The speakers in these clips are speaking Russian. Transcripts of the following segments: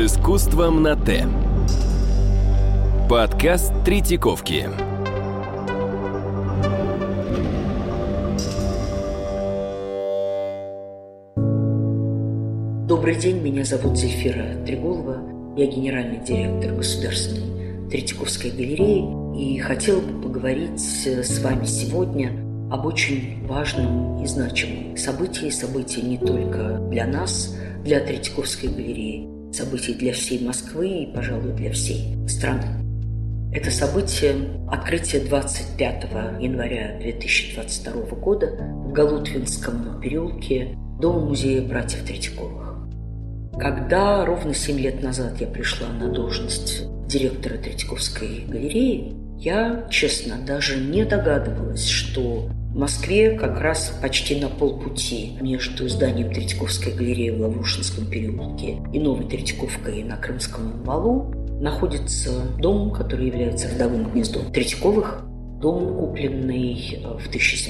искусством на «Т». Подкаст Третьяковки. Добрый день, меня зовут Зельфира Триголова. Я генеральный директор Государственной Третьяковской галереи и хотела бы поговорить с вами сегодня об очень важном и значимом событии не только для нас, для Третьяковской галереи, событий для всей Москвы и, пожалуй, для всей страны. Это событие – открытие 25 января 2022 года в Голутвинском переулке Дома-музея братьев Третьяковых. Когда ровно 7 лет назад я пришла на должность директора Третьяковской галереи, я, честно, даже не догадывалась, что в Москве как раз почти на полпути между зданием Третьяковской галереи в Лаврушинском переулке и Новой Третьяковкой на Крымском валу находится дом, который является родовым гнездом Третьяковых. Дом, купленный в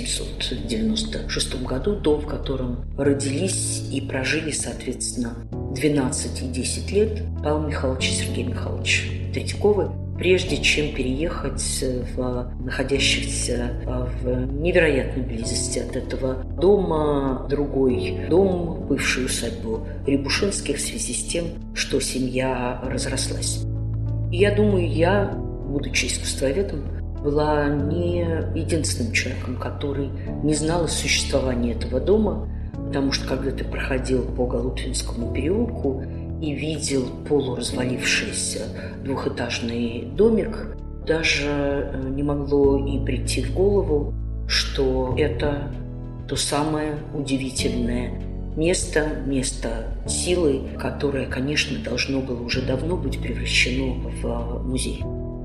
1796 году, дом, в котором родились и прожили, соответственно, 12 и 10 лет Павел Михайлович и Сергей Михайлович Третьяковы, прежде чем переехать в находящихся в невероятной близости от этого дома другой дом, бывшую усадьбу Рябушинских, в связи с тем, что семья разрослась. И я думаю, я, будучи искусствоведом, была не единственным человеком, который не знал о существовании этого дома, потому что когда ты проходил по Голутвинскому переулку и видел полуразвалившийся двухэтажный домик, даже не могло и прийти в голову, что это то самое удивительное место силы, которое, конечно, должно было уже давно быть превращено в музей.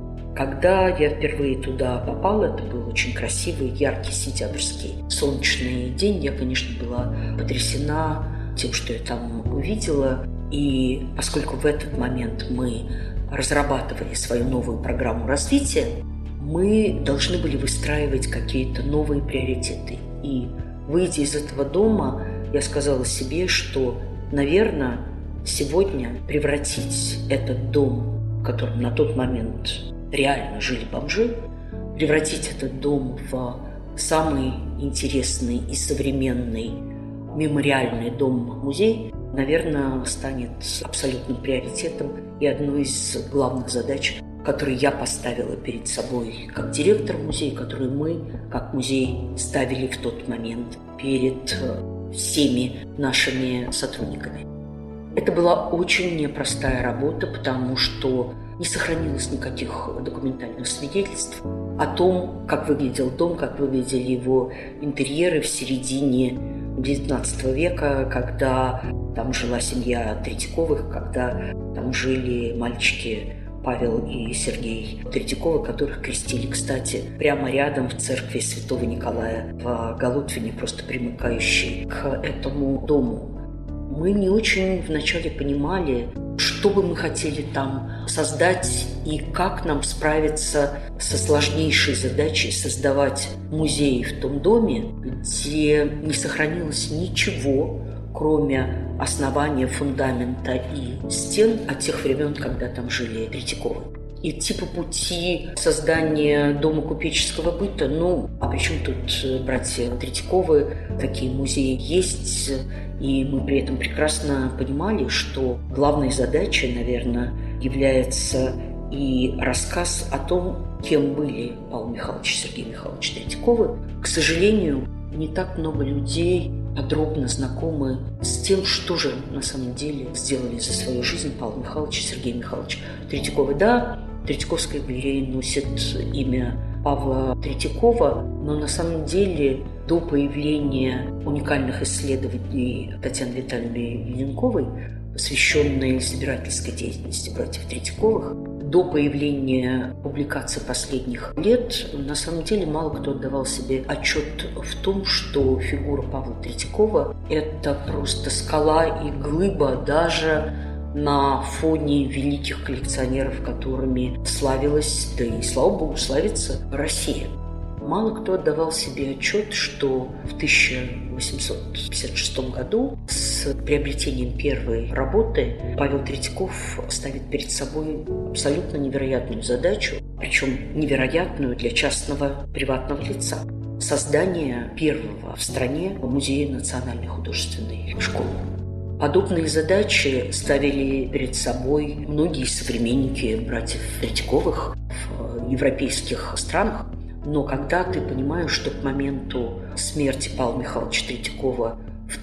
Когда я впервые туда попала, это был очень красивый, яркий сентябрьский солнечный день. Я, конечно, была потрясена тем, что я там увидела. И поскольку в этот момент мы разрабатывали свою новую программу развития, мы должны были выстраивать какие-то новые приоритеты. И, выйдя из этого дома, я сказала себе, что, наверное, сегодня превратить этот дом, в котором на тот момент реально жили бомжи, превратить этот дом в самый интересный и современный мемориальный дом-музей, наверное, станет абсолютным приоритетом и одной из главных задач, которые я поставила перед собой как директор музея, которые мы, как музей, ставили в тот момент перед всеми нашими сотрудниками. Это была очень непростая работа, потому что не сохранилось никаких документальных свидетельств о том, как выглядел дом, как выглядели его интерьеры в середине XIX века, когда там жила семья Третьяковых, когда там жили мальчики Павел и Сергей Третьяковы, которых крестили, кстати, прямо рядом в церкви Святого Николая в Голутвине, просто примыкающей к этому дому. Мы не очень вначале понимали, что бы мы хотели там создать и как нам справиться со сложнейшей задачей создавать музей в том доме, где не сохранилось ничего, кроме основания, фундамента и стен от тех времен, когда там жили Третьяковы. Идти по пути создания дома купеческого быта, а при чем тут братья Третьяковы, такие музеи есть, и мы при этом прекрасно понимали, что главной задачей, наверное, является и рассказ о том, кем были Павел Михайлович и Сергей Михайлович Третьяковы. К сожалению, не так много людей подробно знакомы с тем, что же на самом деле сделали за свою жизнь Павел Михайлович и Сергей Михайлович Третьяковы. Да, Третьяковская галерея носит имя Павла Третьякова, но на самом деле до появления уникальных исследований Татьяны Витальевны Ленковой, посвященной собирательской деятельности братьев Третьяковых, до появления публикаций последних лет, на самом деле мало кто отдавал себе отчет в том, что фигура Павла Третьякова – это просто скала и глыба даже на фоне великих коллекционеров, которыми славилась, да и, слава богу, славится Россия. Мало кто отдавал себе отчет, что в 1856 году с с приобретением первой работы Павел Третьяков ставит перед собой абсолютно невероятную задачу, причем невероятную для частного приватного лица – создание первого в стране музея национальной художественной школы. Подобные задачи ставили перед собой многие современники братьев Третьяковых в европейских странах. Но когда ты понимаешь, что к моменту смерти Павла Михайловича Третьякова в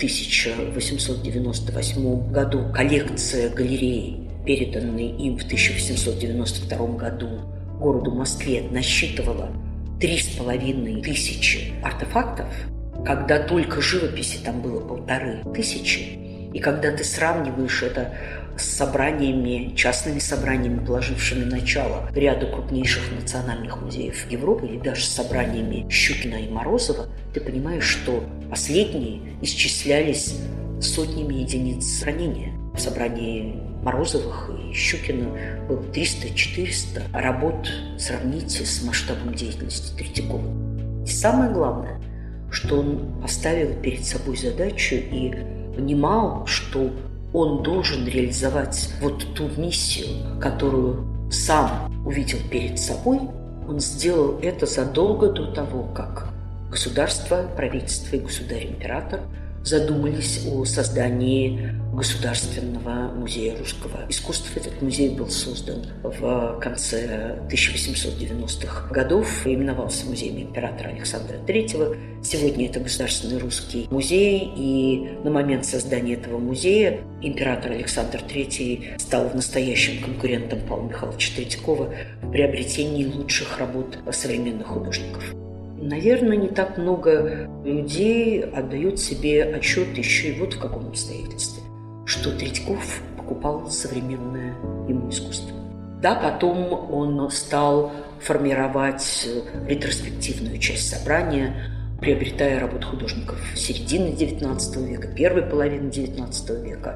1898 году коллекция галереи, переданная им в 1892 году городу Москве, насчитывала 3500 артефактов, когда только живописи там было 1500, и когда ты сравниваешь это с собраниями, частными собраниями, положившими начало ряду крупнейших национальных музеев Европы, или даже с собраниями Щукина и Морозова, ты понимаешь, что последние исчислялись сотнями единиц хранения. В собрании Морозовых и Щукина было 300-400 работ. Сравните с масштабом деятельности Третьякова. И самое главное, что он поставил перед собой задачу и понимал, что он должен реализовать вот ту миссию, которую сам увидел перед собой. Он сделал это задолго до того, как государство, правительство и государь-император задумались о создании Государственного музея русского искусства. Этот музей был создан в конце 1890-х годов и именовался музеем императора Александра III. Сегодня это Государственный русский музей, и на момент создания этого музея император Александр III стал настоящим конкурентом Павла Михайловича Третьякова в приобретении лучших работ современных художников. Наверное, не так много людей отдают себе отчет еще и вот в каком обстоятельстве, что Третьяков покупал современное ему искусство. Да, потом он стал формировать ретроспективную часть собрания, приобретая работы художников середины XIX века, первой половины XIX века,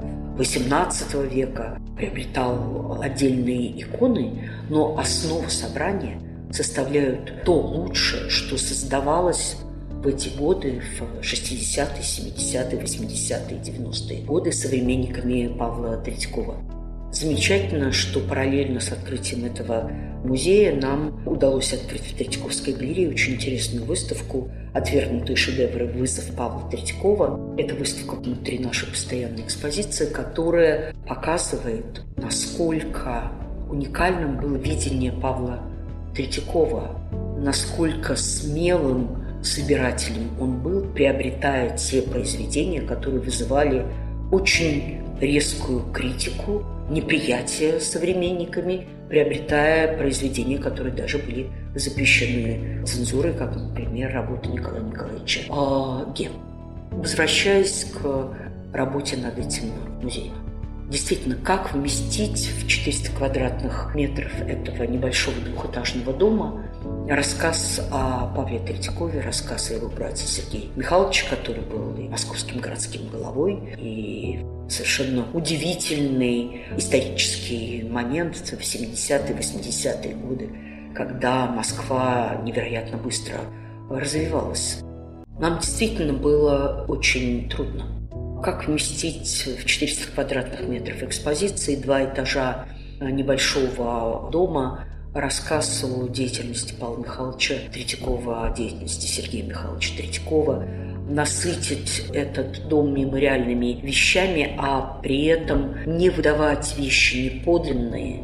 XVIII века, приобретал отдельные иконы, но основу собрания составляют то лучшее, что создавалось в эти годы, в 60-е, 70-е, 80-е, 90-е годы современниками Павла Третьякова. Замечательно, что параллельно с открытием этого музея нам удалось открыть в Третьяковской галерее очень интересную выставку «Отвергнутые шедевры. Вызов Павла Третьякова». Это выставка внутри нашей постоянной экспозиции, которая показывает, насколько уникальным было видение Павла Третьякова, насколько смелым собирателем он был, приобретая те произведения, которые вызывали очень резкую критику, неприятие современниками, приобретая произведения, которые даже были запрещены цензурой, как, например, работа Николая Николаевича Ге. Возвращаясь к работе над этим музеем. Действительно, как вместить в 400 квадратных метров этого небольшого двухэтажного дома рассказ о Павле Третьякове, рассказ о его брате Сергее Михайловиче, который был и московским городским головой, и совершенно удивительный исторический момент в 70-е, 80-е годы, когда Москва невероятно быстро развивалась. Нам действительно было очень трудно. Как вместить в 400 квадратных метров экспозиции 2 этажа небольшого дома рассказ о деятельности Павла Михайловича Третьякова, о деятельности Сергея Михайловича Третьякова, насытить этот дом мемориальными вещами, а при этом не выдавать вещи неподлинные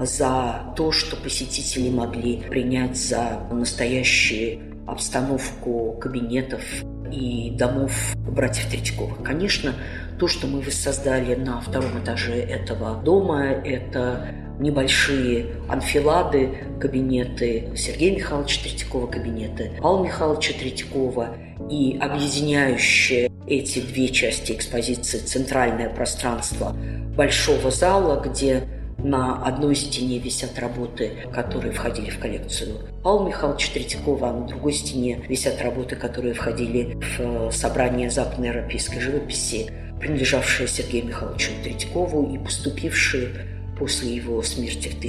за то, что посетители могли принять за настоящую обстановку кабинетов и домов братьев Третьяковых. Конечно, то, что мы воссоздали на 2-м этаже этого дома, это небольшие анфилады, кабинеты Сергея Михайловича Третьякова, кабинеты Павла Михайловича Третьякова, и объединяющие эти 2 части экспозиции центральное пространство большого зала, где на одной стене висят работы, которые входили в коллекцию Павла Михайловича Третьякова, а на другой стене висят работы, которые входили в собрание западноевропейской живописи, принадлежавшие Сергею Михайловичу Третьякову и поступившие после его смерти в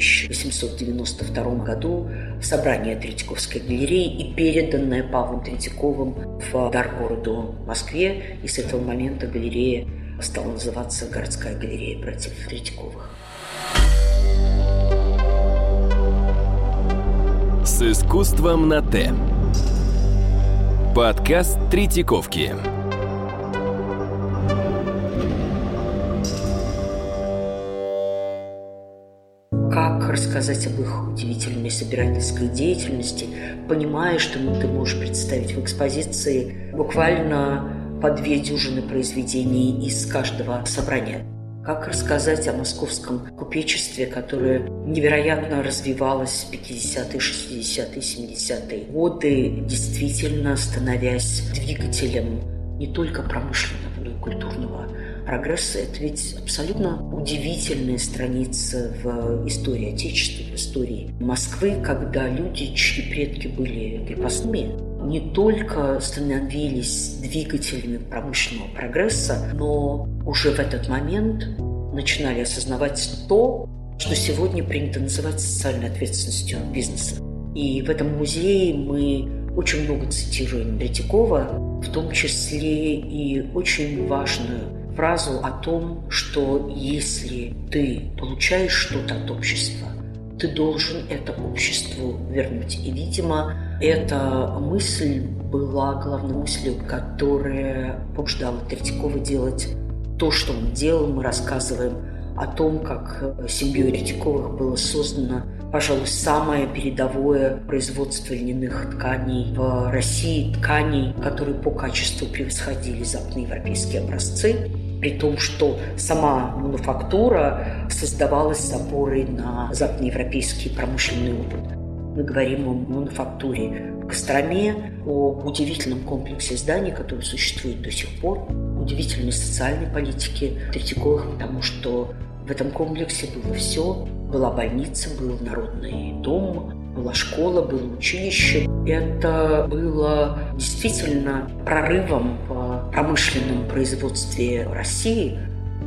1892 году в собрание Третьяковской галереи и переданное Павлом Третьяковым в дар городу Москве. И с этого момента галерея стала называться «Городская галерея братьев Третьяковых». С искусством на «Т». Подкаст Третьяковки. Как рассказать об их удивительной собирательской деятельности, понимая, что ты можешь представить в экспозиции буквально по 2 дюжины произведений из каждого собрания. Как рассказать о московском купечестве, которое невероятно развивалось в 50-е, 60-е, 70-е годы, действительно становясь двигателем не только промышленного, но и культурного прогресса. Это ведь абсолютно удивительная страница в истории Отечества, в истории Москвы, когда люди, чьи предки были крепостными, не только становились двигателями промышленного прогресса, но уже в этот момент начинали осознавать то, что сегодня принято называть социальной ответственностью бизнеса. И в этом музее мы очень много цитируем Третьякова, в том числе и очень важную фразу о том, что если ты получаешь что-то от общества, ты должен это обществу вернуть. И, видимо, эта мысль была главной мыслью, которая побуждала Третьякова делать то, что он делал. Мы рассказываем о том, как семьей Третьяковых было создано, пожалуй, самое передовое производство льняных тканей в России, тканей, которые по качеству превосходили западноевропейские образцы, при том, что сама мануфактура создавалась с опорой на западноевропейский промышленный опыт. Мы говорим о мануфактуре в Костроме, о удивительном комплексе зданий, который существует до сих пор, удивительной социальной политике Третьяковых, потому что в этом комплексе было все. Была больница, был народный дом, была школа, было училище. Это было действительно прорывом в промышленном производстве России,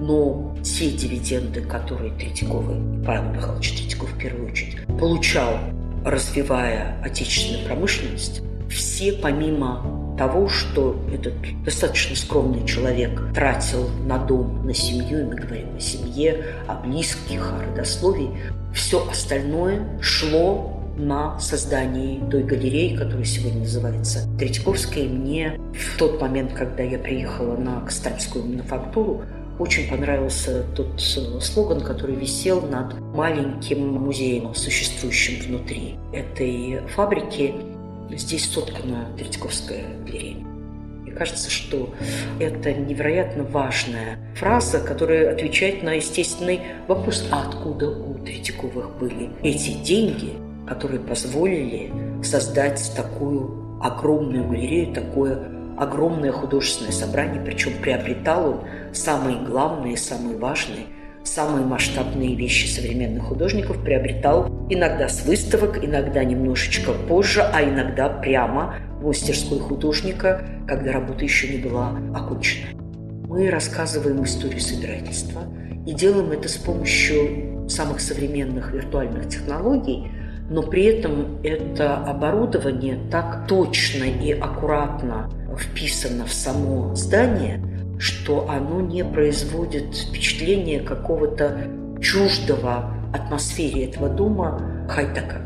но те дивиденды, которые Третьяковы, Павел Михайлович Третьяков в первую очередь, получал, развивая отечественную промышленность, все помимо того, что этот достаточно скромный человек тратил на дом, на семью, и мы говорим о семье, о близких, о родословии, все остальное шло на создание той галереи, которая сегодня называется Третьяковская. И мне в тот момент, когда я приехала на Костромскую мануфактуру, очень понравился тот слоган, который висел над маленьким музеем, существующим внутри этой фабрики. Здесь соткана Третьяковская галерея. Мне кажется, что это невероятно важная фраза, которая отвечает на естественный вопрос: а откуда у Третьяковых были эти деньги, которые позволили создать такую огромную галерею, такое огромное художественное собрание, причем приобретал он самые главные, самые важные, самые масштабные вещи современных художников, приобретал иногда с выставок, иногда немножечко позже, а иногда прямо в мастерской художника, когда работа еще не была окончена. Мы рассказываем историю собирательства и делаем это с помощью самых современных виртуальных технологий, но при этом это оборудование так точно и аккуратно вписано в само здание, что оно не производит впечатление какого-то чуждого атмосфере этого дома хай-тека.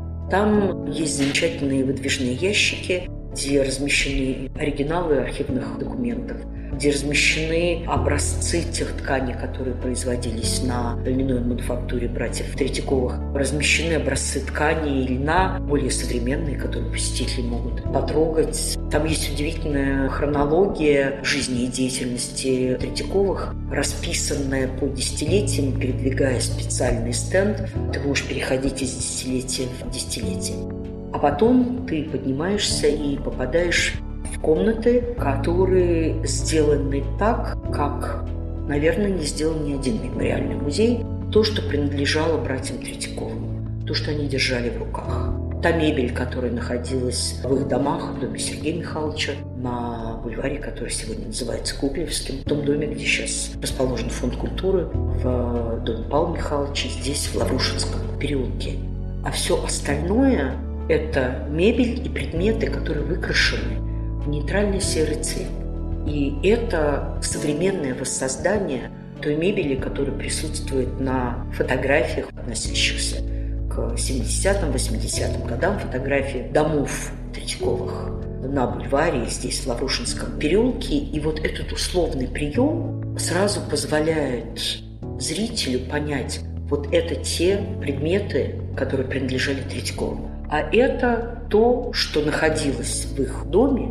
Там есть замечательные выдвижные ящики, где размещены оригиналы архивных документов, где размещены образцы тех тканей, которые производились на льняной мануфактуре братьев Третьяковых. Размещены образцы тканей и льна, более современные, которые посетители могут потрогать. Там есть удивительная хронология жизни и деятельности Третьяковых, расписанная по десятилетиям, передвигая специальный стенд. Ты можешь переходить из десятилетия в десятилетие. А потом ты поднимаешься и попадаешь в комнаты, которые сделаны так, как, наверное, не сделал ни один мемориальный музей. То, что принадлежало братьям Третьяковым, то, что они держали в руках. Та мебель, которая находилась в их домах, в доме Сергея Михайловича, на бульваре, который сегодня называется Гоголевским, в том доме, где сейчас расположен фонд культуры, в доме Павла Михайловича, здесь, в Лаврушинском переулке. А все остальное – это мебель и предметы, которые выкрашены в нейтральный серый цвет. И это современное воссоздание той мебели, которая присутствует на фотографиях, относящихся к 70-м, 80-м годам, фотографии домов Третьяковых на бульваре, здесь, в Лаврушинском переулке. И вот этот условный прием сразу позволяет зрителю понять, вот это те предметы, которые принадлежали Третьяковым. А это то, что находилось в их доме,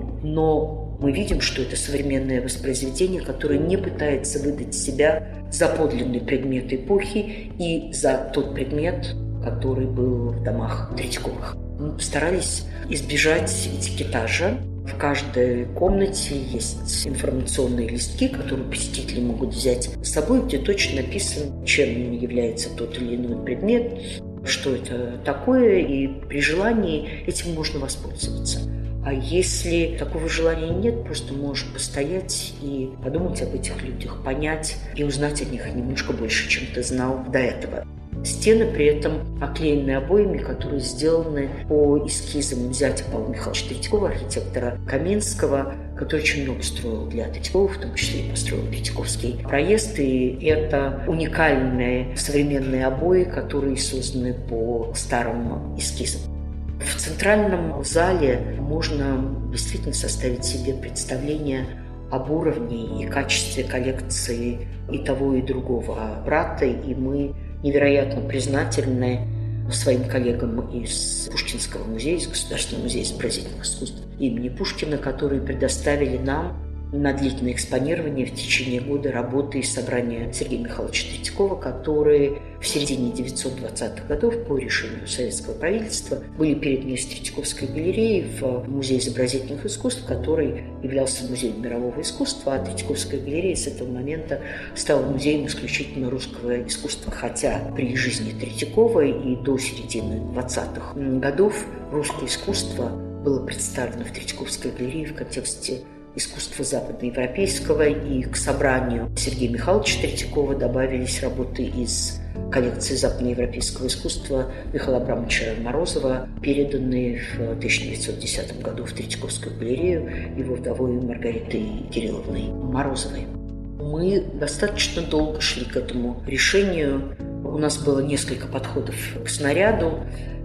но мы видим, что это современное воспроизведение, которое не пытается выдать себя за подлинный предмет эпохи и за тот предмет, который был в домах Третьяковых. Мы постарались избежать этикетажа. В каждой комнате есть информационные листки, которые посетители могут взять с собой, где точно написано, чем является тот или иной предмет, что это такое, и при желании этим можно воспользоваться. А если такого желания нет, просто можешь постоять и подумать об этих людях, понять и узнать о них немножко больше, чем ты знал до этого. Стены при этом оклеены обоями, которые сделаны по эскизам зятя Павла Михайловича Третьякова, архитектора Каменского, который очень много строил для Третьякова, в том числе и построил Третьяковский проезд. И это уникальные современные обои, которые созданы по старым эскизам. В центральном зале можно действительно составить себе представление об уровне и качестве коллекции и того, и другого брата, и мы невероятно признательны своим коллегам из Пушкинского музея, из Государственного музея изобразительных искусств имени Пушкина, которые предоставили нам на длительное экспонирование в течение года работы и собрания Сергея Михайловича Третьякова, которые в середине 1920-х годов по решению советского правительства были переданы из Третьяковской галереи в Музей изобразительных искусств, который являлся музеем мирового искусства, а Третьяковская галерея с этого момента стала музеем исключительно русского искусства. Хотя при жизни Третьякова и до середины 20-х годов русское искусство было представлено в Третьяковской галерее в контексте искусства западноевропейского, и к собранию Сергея Михайловича Третьякова добавились работы из коллекции западноевропейского искусства Михаила Абрамовича Морозова, переданные в 1910 году в Третьяковскую галерею его вдовой Маргаритой Кирилловной Морозовой. Мы достаточно долго шли к этому решению. У нас было несколько подходов к снаряду,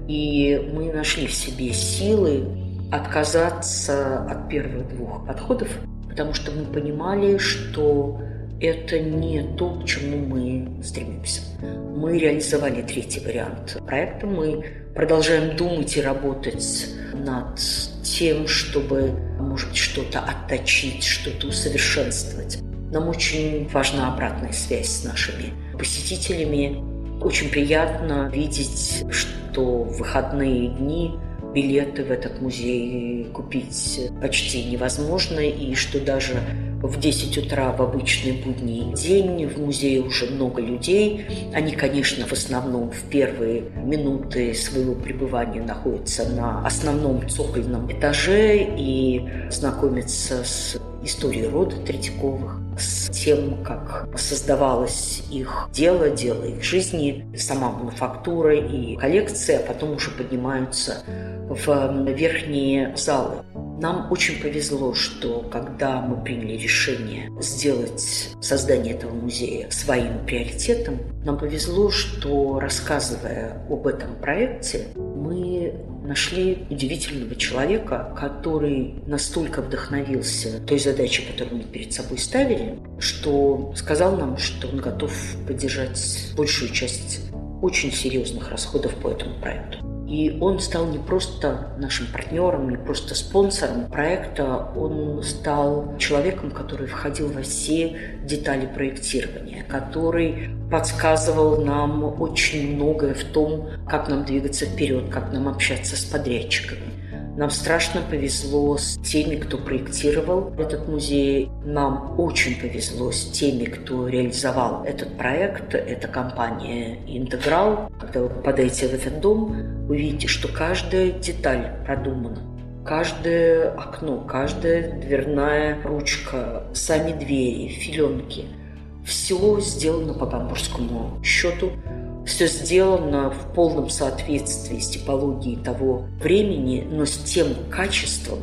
и мы нашли в себе силы отказаться от первых двух подходов, потому что мы понимали, что это не то, к чему мы стремимся. Мы реализовали третий вариант проекта. Мы продолжаем думать и работать над тем, чтобы, может быть, что-то отточить, что-то усовершенствовать. Нам очень важна обратная связь с нашими посетителями. Очень приятно видеть, что в выходные дни билеты в этот музей купить почти невозможно, и что даже в 10 утра в обычный будний день в музее уже много людей. Они, конечно, в основном в первые минуты своего пребывания находятся на основном цокольном этаже и знакомятся с историей рода Третьяковых, с тем, как создавалось их дело их жизни, сама мануфактура и коллекция, а потом уже поднимаются в верхние залы. Нам очень повезло, что когда мы приняли решение сделать создание этого музея своим приоритетом, нам повезло, что, рассказывая об этом проекте, мы нашли удивительного человека, который настолько вдохновился той задачей, которую мы перед собой ставили, что сказал нам, что он готов поддержать большую часть очень серьезных расходов по этому проекту. И он стал не просто нашим партнером, не просто спонсором проекта, он стал человеком, который входил во все детали проектирования, который подсказывал нам очень многое в том, как нам двигаться вперед, как нам общаться с подрядчиками. Нам страшно повезло с теми, кто проектировал этот музей. Нам очень повезло с теми, кто реализовал этот проект. Это компания «Интеграл». Когда вы попадаете в этот дом, вы видите, что каждая деталь продумана. Каждое окно, каждая дверная ручка, сами двери, филенки – все сделано по бамбургскому счету. Все сделано в полном соответствии с типологией того времени, но с тем качеством,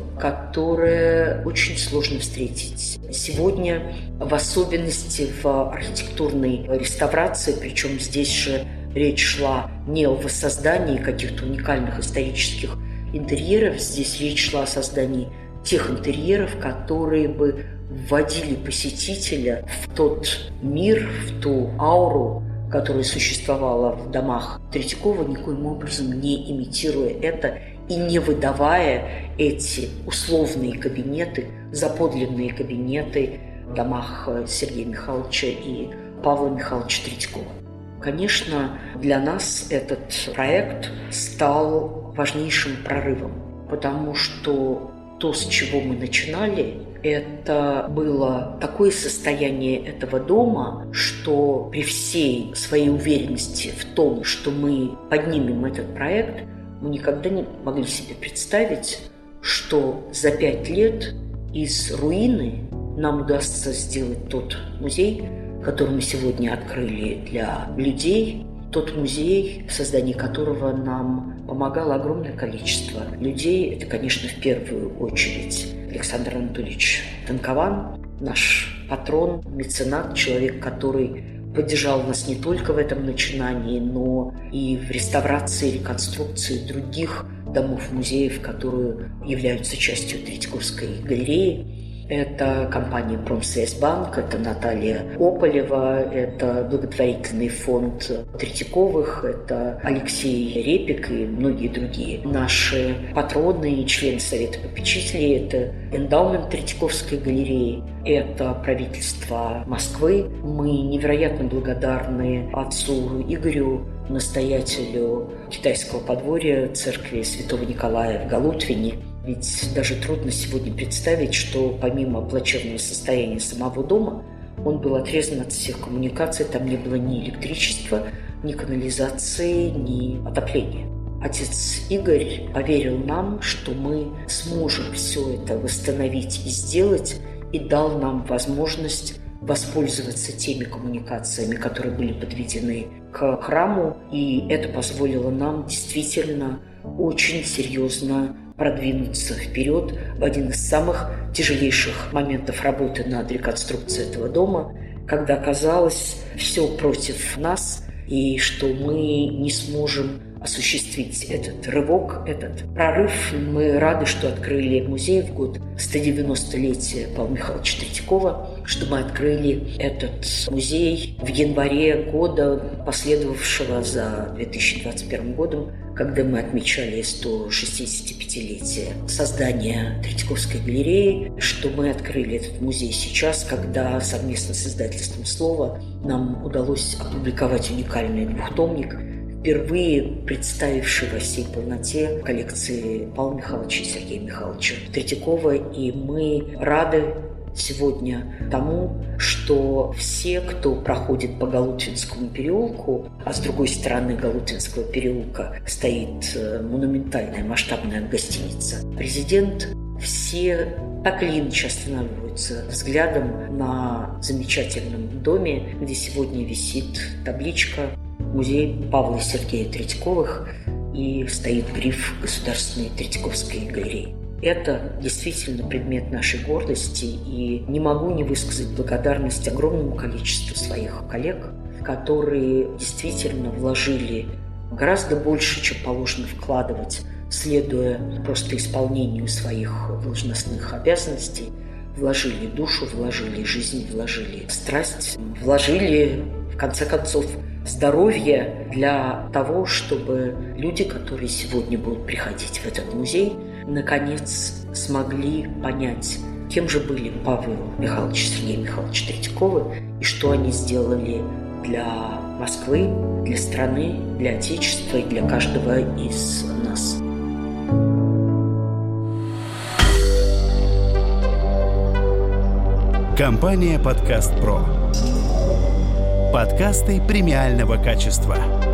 которое очень сложно встретить сегодня, в особенности в архитектурной реставрации, причем здесь же речь шла не о воссоздании каких-то уникальных исторических интерьеров, здесь речь шла о создании тех интерьеров, которые бы вводили посетителя в тот мир, в ту ауру, которая существовала в домах Третьякова, никоим образом не имитируя это и не выдавая эти условные кабинеты за подлинные кабинеты в домах Сергея Михайловича и Павла Михайловича Третьякова. Конечно, для нас этот проект стал важнейшим прорывом, потому что то, с чего мы начинали, это было такое состояние этого дома, что при всей своей уверенности в том, что мы поднимем этот проект, мы никогда не могли себе представить, что за 5 лет из руины нам удастся сделать тот музей, который мы сегодня открыли для людей, тот музей, в создании которого нам помогало огромное количество людей. Это, конечно, в первую очередь Александр Анатольевич Танкован, наш патрон, меценат, человек, который поддержал нас не только в этом начинании, но и в реставрации, реконструкции других домов-музеев, которые являются частью Третьяковской галереи. Это компания «Промсвязьбанк», это Наталья Ополева, это благотворительный фонд Третьяковых, это Алексей Репик и многие другие. Наши патроны и члены Совета попечителей – это эндаумент Третьяковской галереи, это правительство Москвы. Мы невероятно благодарны отцу Игорю, настоятелю китайского подворья церкви Святого Николая в Галутвине. Ведь даже трудно сегодня представить, что помимо плачевного состояния самого дома, он был отрезан от всех коммуникаций, там не было ни электричества, ни канализации, ни отопления. Отец Игорь поверил нам, что мы сможем все это восстановить и сделать, и дал нам возможность воспользоваться теми коммуникациями, которые были подведены к храму, и это позволило нам действительно очень серьезно продвинуться вперед в один из самых тяжелейших моментов работы над реконструкцией этого дома, когда казалось все против нас, и что мы не сможем осуществить этот рывок, этот прорыв. Мы рады, что открыли музей в год 190-летия Павла Михайловича Третьякова, что мы открыли этот музей в январе года, последовавшего за 2021 годом, когда мы отмечали 165-летие создания Третьяковской галереи, что мы открыли этот музей сейчас, когда совместно с издательством «Слово» нам удалось опубликовать уникальный двухтомник, впервые представивший во всей полноте коллекции Павла Михайловича и Сергея Михайловича Третьякова. И мы рады сегодня тому, что все, кто проходит по Галутвинскому переулку, а с другой стороны Галутвинского переулка стоит монументальная масштабная гостиница «Президент», все так или иначе останавливаются взглядом на замечательном доме, где сегодня висит табличка «Музей Павла и Сергея Третьяковых» и стоит гриф Государственной Третьяковской галереи. Это действительно предмет нашей гордости, и не могу не высказать благодарность огромному количеству своих коллег, которые действительно вложили гораздо больше, чем положено вкладывать, следуя просто исполнению своих должностных обязанностей, вложили душу, вложили жизнь, вложили страсть, вложили, в конце концов, здоровье для того, чтобы люди, которые сегодня будут приходить в этот музей, наконец смогли понять, кем же были Павел Михайлович и Сергей Михайлович Третьяковы и что они сделали для Москвы, для страны, для Отечества и для каждого из нас. Компания «Подкаст Про». Подкасты премиального качества.